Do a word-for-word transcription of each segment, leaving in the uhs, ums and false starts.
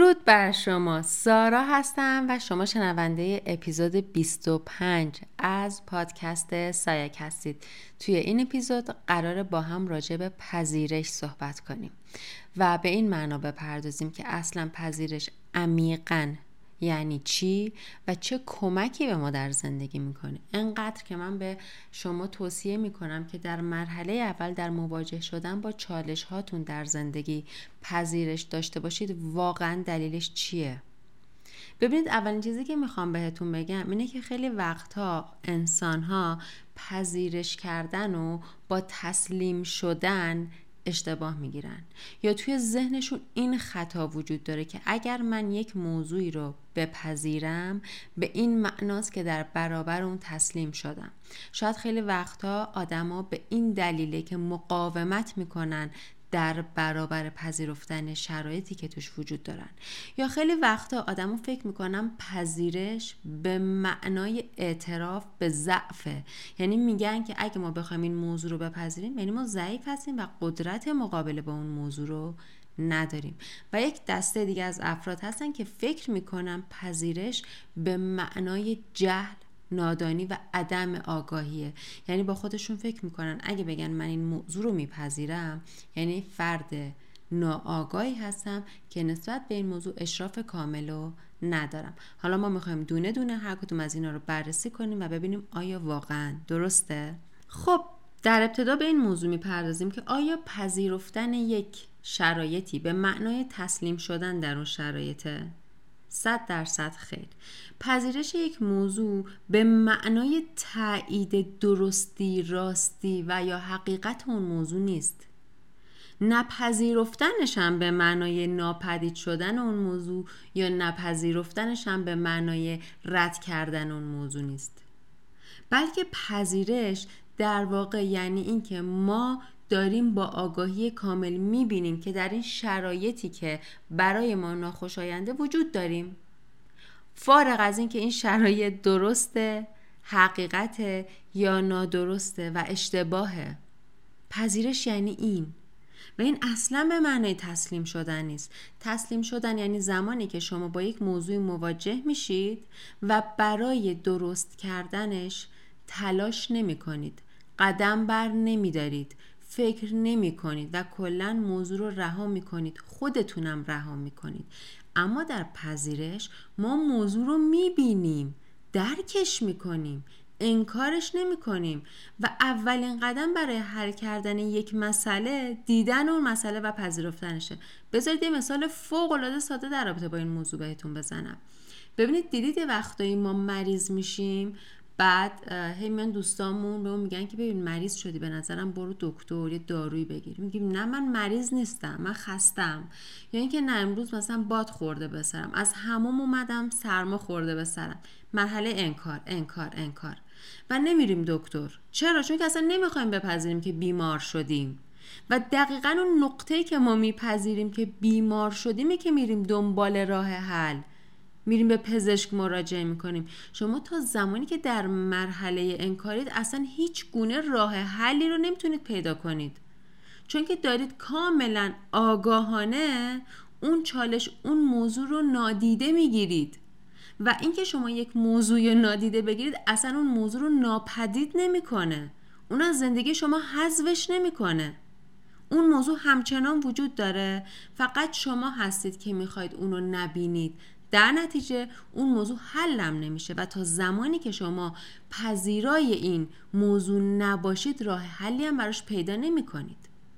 درود بر شما. سارا هستم و شما شنونده اپیزود بیست و پنج از پادکست سایک هستید. توی این اپیزود قراره با هم راجع به پذیرش صحبت کنیم و به این معنا بپردازیم که اصلا پذیرش عمیقاً یعنی چی و چه کمکی به ما در زندگی میکنه. انقدر که من به شما توصیه میکنم که در مرحله اول در مواجه شدن با چالش هاتون در زندگی پذیرش داشته باشید. واقعا دلیلش چیه؟ ببینید، اولین چیزی که میخوام بهتون بگم اینه که خیلی وقتها انسان ها پذیرش کردن و با تسلیم شدن اشتباه میگیرن، یا توی ذهنشون این خطا وجود داره که اگر من یک موضوعی رو بپذیرم به این معناست که در برابر اون تسلیم شدم. شاید خیلی وقتا آدما به این دلیله که مقاومت میکنن در برابر پذیرفتن شرایطی که توش وجود دارن، یا خیلی وقتا آدمو فکر میکنن پذیرش به معنای اعتراف به ضعفه. یعنی میگن که اگه ما بخوایم این موضوع رو بپذیریم یعنی ما ضعیف هستیم و قدرت مقابله با اون موضوع رو نداریم. و یک دسته دیگه از افراد هستن که فکر میکنن پذیرش به معنای جهل، نادانی و عدم آگاهیه. یعنی با خودشون فکر میکنن اگه بگن من این موضوع رو میپذیرم یعنی فرد ناآگاهی هستم که نسبت به این موضوع اشراف کامل رو ندارم. حالا ما میخوایم دونه دونه هر کدوم از اینا رو بررسی کنیم و ببینیم آیا واقعا درسته؟ خب در ابتدا به این موضوع میپردازیم که آیا پذیرفتن یک شرایطی به معنای تسلیم شدن در اون شرایطه؟ صد درصد خیر. پذیرش یک موضوع به معنای تایید درستی، راستی و یا حقیقت اون موضوع نیست. نپذیرفتنش هم به معنای ناپدید شدن اون موضوع یا نپذیرفتنش هم به معنای رد کردن اون موضوع نیست. بلکه پذیرش در واقع یعنی این که ما داریم با آگاهی کامل میبینیم که در این شرایطی که برای ما ناخوشاینده وجود داریم، فارغ از این که این شرایط درسته، حقیقته یا نادرسته و اشتباهه. پذیرش یعنی این، و این اصلا به معنی تسلیم شدن نیست. تسلیم شدن یعنی زمانی که شما با یک موضوع مواجه میشید و برای درست کردنش تلاش نمی کنید، قدم بر نمی دارید، فکر نمی کنید و کلن موضوع رو رها می کنید، خودتونم رها می کنید. اما در پذیرش ما موضوع رو می بینیم، درکش می کنیم، انکارش نمی کنیم و اولین قدم برای حل کردن یک مسئله دیدن اون مسئله و پذیرفتنشه. بذارید یه مثال فوق العاده ساده در رابطه با این موضوع بهتون بزنم. ببینید، دیدید یه وقتایی ما مریض میشیم، بعد هی میان دوستامون به اون میگن که ببین مریض شدی، به نظرم برو دکتر یه دارویی بگیر. میگیم نه من مریض نیستم، من خستم. یا اینکه نه امروز مثلا باد خورده به سرم، از حموم اومدم سرما خورده به سرم. مرحله انکار انکار انکار و نمیریم دکتر. چرا؟ چون که اصلا نمیخوایم بپذیریم که بیمار شدیم. و دقیقاً اون نقطه‌ای که ما میپذیریم که بیمار شدیمه که میریم دنبال راه حل، میریم به پزشک مراجعه میکنیم. شما تا زمانی که در مرحله انکارید اصلا هیچ گونه راه حلی رو نمیتونید پیدا کنید، چون که دارید کاملا آگاهانه اون چالش، اون موضوع رو نادیده میگیرید. و اینکه شما یک موضوع نادیده بگیرید اصلا اون موضوع رو ناپدید نمیکنه، اون از زندگی شما حذفش نمیکنه. اون موضوع همچنان وجود داره، فقط شما هستید که میخواید اون رو نبینید. در نتیجه اون موضوع حلم نمیشه و تا زمانی که شما پذیرای این موضوع نباشید راه حلی هم براش پیدا نمی کنید.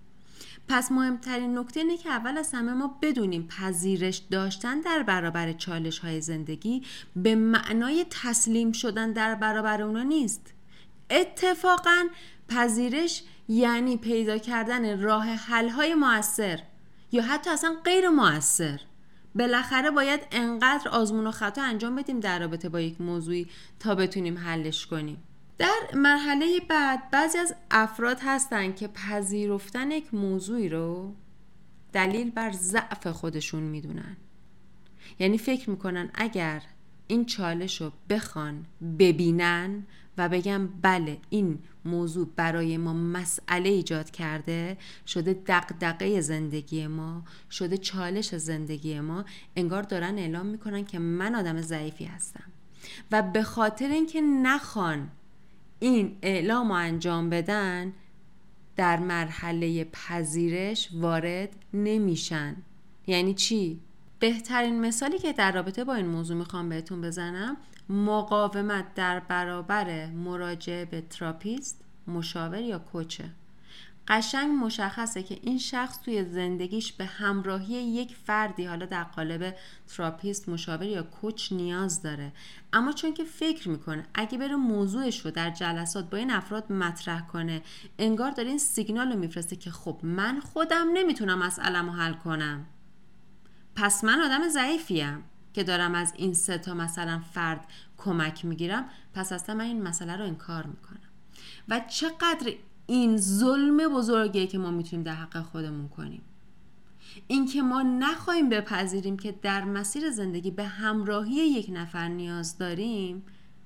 پس مهمترین نکته اینه که اول از همه ما بدونیم پذیرش داشتن در برابر چالش های زندگی به معنای تسلیم شدن در برابر اونا نیست. اتفاقاً پذیرش یعنی پیدا کردن راه حل های مؤثر یا حتی اصلا غیر مؤثر. بالاخره باید انقدر آزمون و خطا انجام بدیم در رابطه با یک موضوعی تا بتونیم حلش کنیم. در مرحله بعد بعضی از افراد هستن که پذیرفتن یک موضوعی رو دلیل بر ضعف خودشون میدونن. یعنی فکر میکنن اگر این چالش رو بخوان ببینن و بگم بله این موضوع برای ما مسئله ایجاد کرده، شده دغدغه زندگی ما، شده چالش زندگی ما، انگار دارن اعلام میکنن که من آدم ضعیفی هستم و به خاطر اینکه نخوان این اعلام رو انجام بدن در مرحله پذیرش وارد نمیشن. یعنی چی؟ بهترین مثالی که در رابطه با این موضوع میخوام بهتون بزنم مقاومت در برابر مراجعه به تراپیست، مشاور یا کوچه. قشنگ مشخصه که این شخص توی زندگیش به همراهی یک فردی، حالا در قالب تراپیست، مشاور یا کوچ نیاز داره، اما چون که فکر میکنه اگه بره موضوعش رو در جلسات با این افراد مطرح کنه، انگار داره این سیگنال رو میفرسته که خب من خودم نمیتونم مسئله‌مو حل کنم، پس من آدم ضعیفیم که دارم از این سه تا مثلا فرد کمک میگیرم، پس اصلا من این مسئله رو انکار میکنم. و چقدر این ظلم بزرگیه که ما میتونیم در حق خودمون کنیم، این که ما نخواهیم بپذیریم که در مسیر زندگی به همراهی یک نفر نیاز داریم،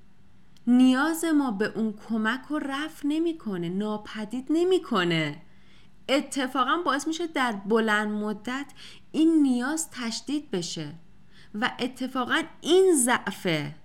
نیاز ما به اون کمک رو رفع نمیکنه، ناپدید نمیکنه، اتفاقا باعث میشه در بلند مدت این نیاز تشدید بشه و اتفاقا این ضعفه.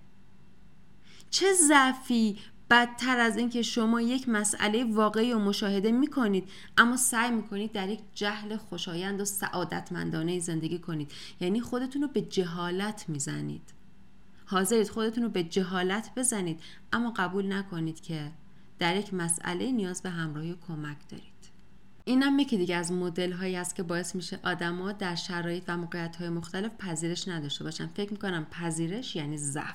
چه ضعفی بدتر از این که شما یک مسئله واقعی رو مشاهده میکنید اما سعی میکنید در یک جهل خوشایند و سعادتمندانه زندگی کنید، یعنی خودتون رو به جهالت میزنید، حاضرید خودتون رو به جهالت بزنید اما قبول نکنید که در یک مسئله نیاز به همراهی و کمک دارید. اینم یکی دیگه از مدل هایی است که باعث میشه آدما در شرایط و موقعیت های مختلف پذیرش نداشته باشن. فکر میکنم پذیرش یعنی ضعف.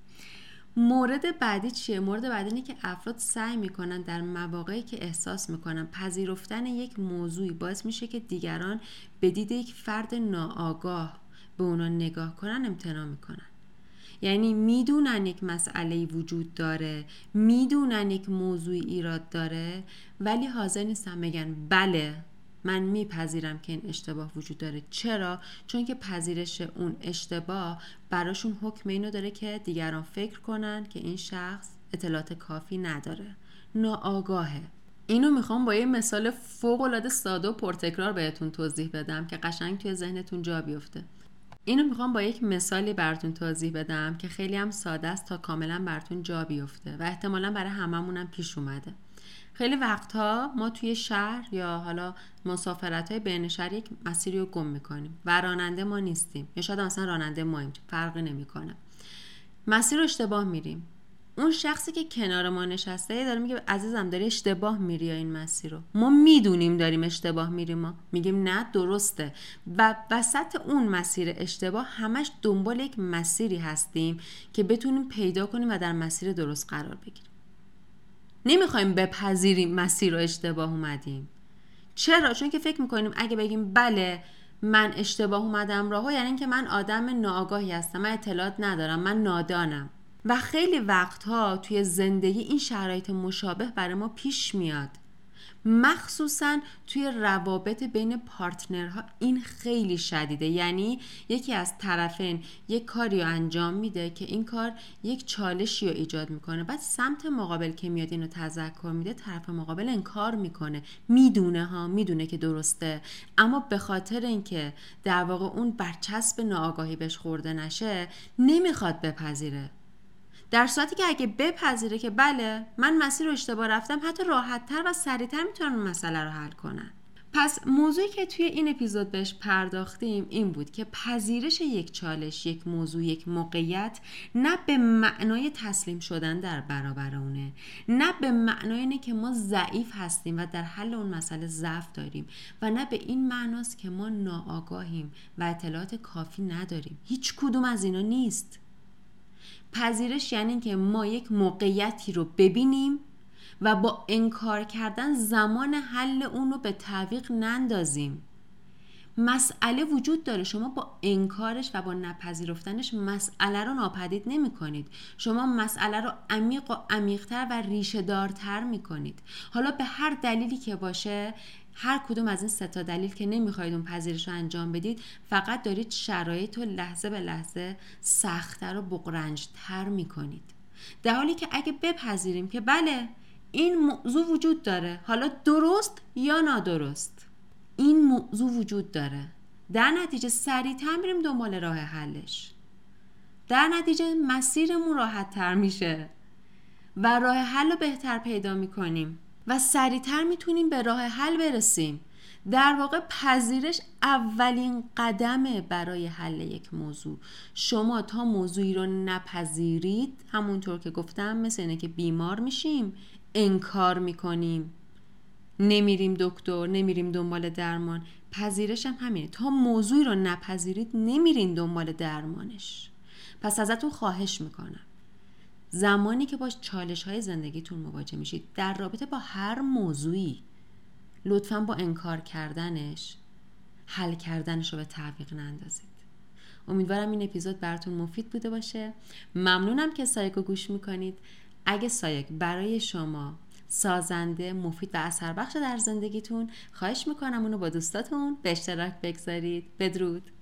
مورد بعدی چیه؟ مورد بعدی اینه که افراد سعی میکنن در مواقعی که احساس میکنن پذیرفتن یک موضوعی باعث میشه که دیگران به دید یک فرد ناآگاه به اونا نگاه کنن امتناع میکنن. یعنی میدونن یک مسئله‌ای وجود داره، میدونن یک موضوعی ایراد داره، ولی حاضر نیستن بگن بله من میپذیرم که این اشتباه وجود داره. چرا؟ چون که پذیرش اون اشتباه براشون حکم اینو داره که دیگران فکر کنن که این شخص اطلاعات کافی نداره، ناآگاهه. اینو میخوام با یه مثال فوق‌العاده ساده و پرتکرار بهتون توضیح بدم که قشنگ توی ذهنتون جا بیفته. اینو میخوام با یک مثالی براتون توضیح بدم که خیلی هم ساده است تا کاملا براتون جا بیفته و احتمالاً برای هممونم پیش اومده. خیلی وقتها ما توی شهر یا حالا مسافرت‌های بین شهر یک مسیری رو گم میکنیم و راننده ما نیستیم یا شاید مثلا راننده ماییم، فرقی نمیکنه، مسیر رو اشتباه میریم. اون شخصی که کنار ما نشسته داره میگه عزیزم داری اشتباه میری این مسیر رو. ما میدونیم داریم اشتباه میریم، ما میگیم نه درسته و وسط اون مسیر اشتباه همش دنبال یک مسیری هستیم که بتونیم پیدا کنیم و در مسیر درست قرار بگیریم. نمیخوایم بپذیریم مسیر رو اشتباه اومدیم. چرا؟ چون که فکر میکنیم اگه بگیم بله من اشتباه اومدم راهو، یعنی این که من آدم ناآگاهی هستم، من اطلاعات ندارم، من نادانم. و خیلی وقتها توی زندگی این شرایط مشابه برای ما پیش میاد، مخصوصا توی روابط بین پارتنرها این خیلی شدیده. یعنی یکی از طرفین یک کاری رو انجام میده که این کار یک چالشی رو ایجاد میکنه، بعد سمت مقابل که میاد اینو تذکر میده طرف مقابل انکار میکنه، میدونه ها میدونه که درسته، اما به خاطر اینکه در واقع اون برچسب ناآگاهی بهش خورده نشه نمیخواد بپذیره. در صورتی که اگه بپذیره که بله من مسیر رو اشتباه رفتم، حتی راحت‌تر و سریع‌تر میتونن اون مسئله رو حل کنن. پس موضوعی که توی این اپیزود بهش پرداختیم این بود که پذیرش یک چالش، یک موضوع، یک موقعیت نه به معنای تسلیم شدن در برابر اونه، نه به معنای اینه که ما ضعیف هستیم و در حل اون مسئله ضعف داریم و نه به این معناست که ما ناآگاهیم و اطلاعات کافی نداریم. هیچ کدوم از اینا نیست. پذیرش یعنی که ما یک موقعیتی رو ببینیم و با انکار کردن زمان حل اون رو به تعویق نندازیم. مسئله وجود داره، شما با انکارش و با نپذیرفتنش مسئله رو ناپدید نمی کنید. شما مسئله رو عمیق و عمیق‌تر و ریشه دارتر می کنید. حالا به هر دلیلی که باشه هر کدوم از این سه تا دلیل که نمیخواید اون پذیرش رو انجام بدید، فقط دارید شرایط رو لحظه به لحظه سخت‌تر و بغرنج‌تر میکنید. در حالی که اگه بپذیریم که بله این موضوع وجود داره، حالا درست یا نادرست این موضوع وجود داره، در نتیجه سریع‌تر میریم دنبال راه حلش، در نتیجه مسیرمون راحت تر میشه و راه حل رو بهتر پیدا میکنیم و سریعتر میتونیم به راه حل برسیم. در واقع پذیرش اولین قدمه برای حل یک موضوع. شما تا موضوعی رو نپذیرید، همونطور که گفتم مثل اینه که بیمار میشیم، انکار میکنیم، نمیریم دکتر، نمیریم دنبال درمان. پذیرش هم همینه، تا موضوعی رو نپذیرید نمیرین دنبال درمانش. پس ازتون خواهش میکنم زمانی که با چالش‌های زندگیتون مواجه میشید در رابطه با هر موضوعی، لطفاً با انکار کردنش حل کردنش رو به تعویق نندازید. امیدوارم این اپیزود براتون مفید بوده باشه. ممنونم که سایک رو گوش میکنید. اگه سایک برای شما سازنده، مفید و اثر بخش در زندگیتون، خواهش میکنم اونو با دوستاتون به اشتراک بگذارید. بدرود.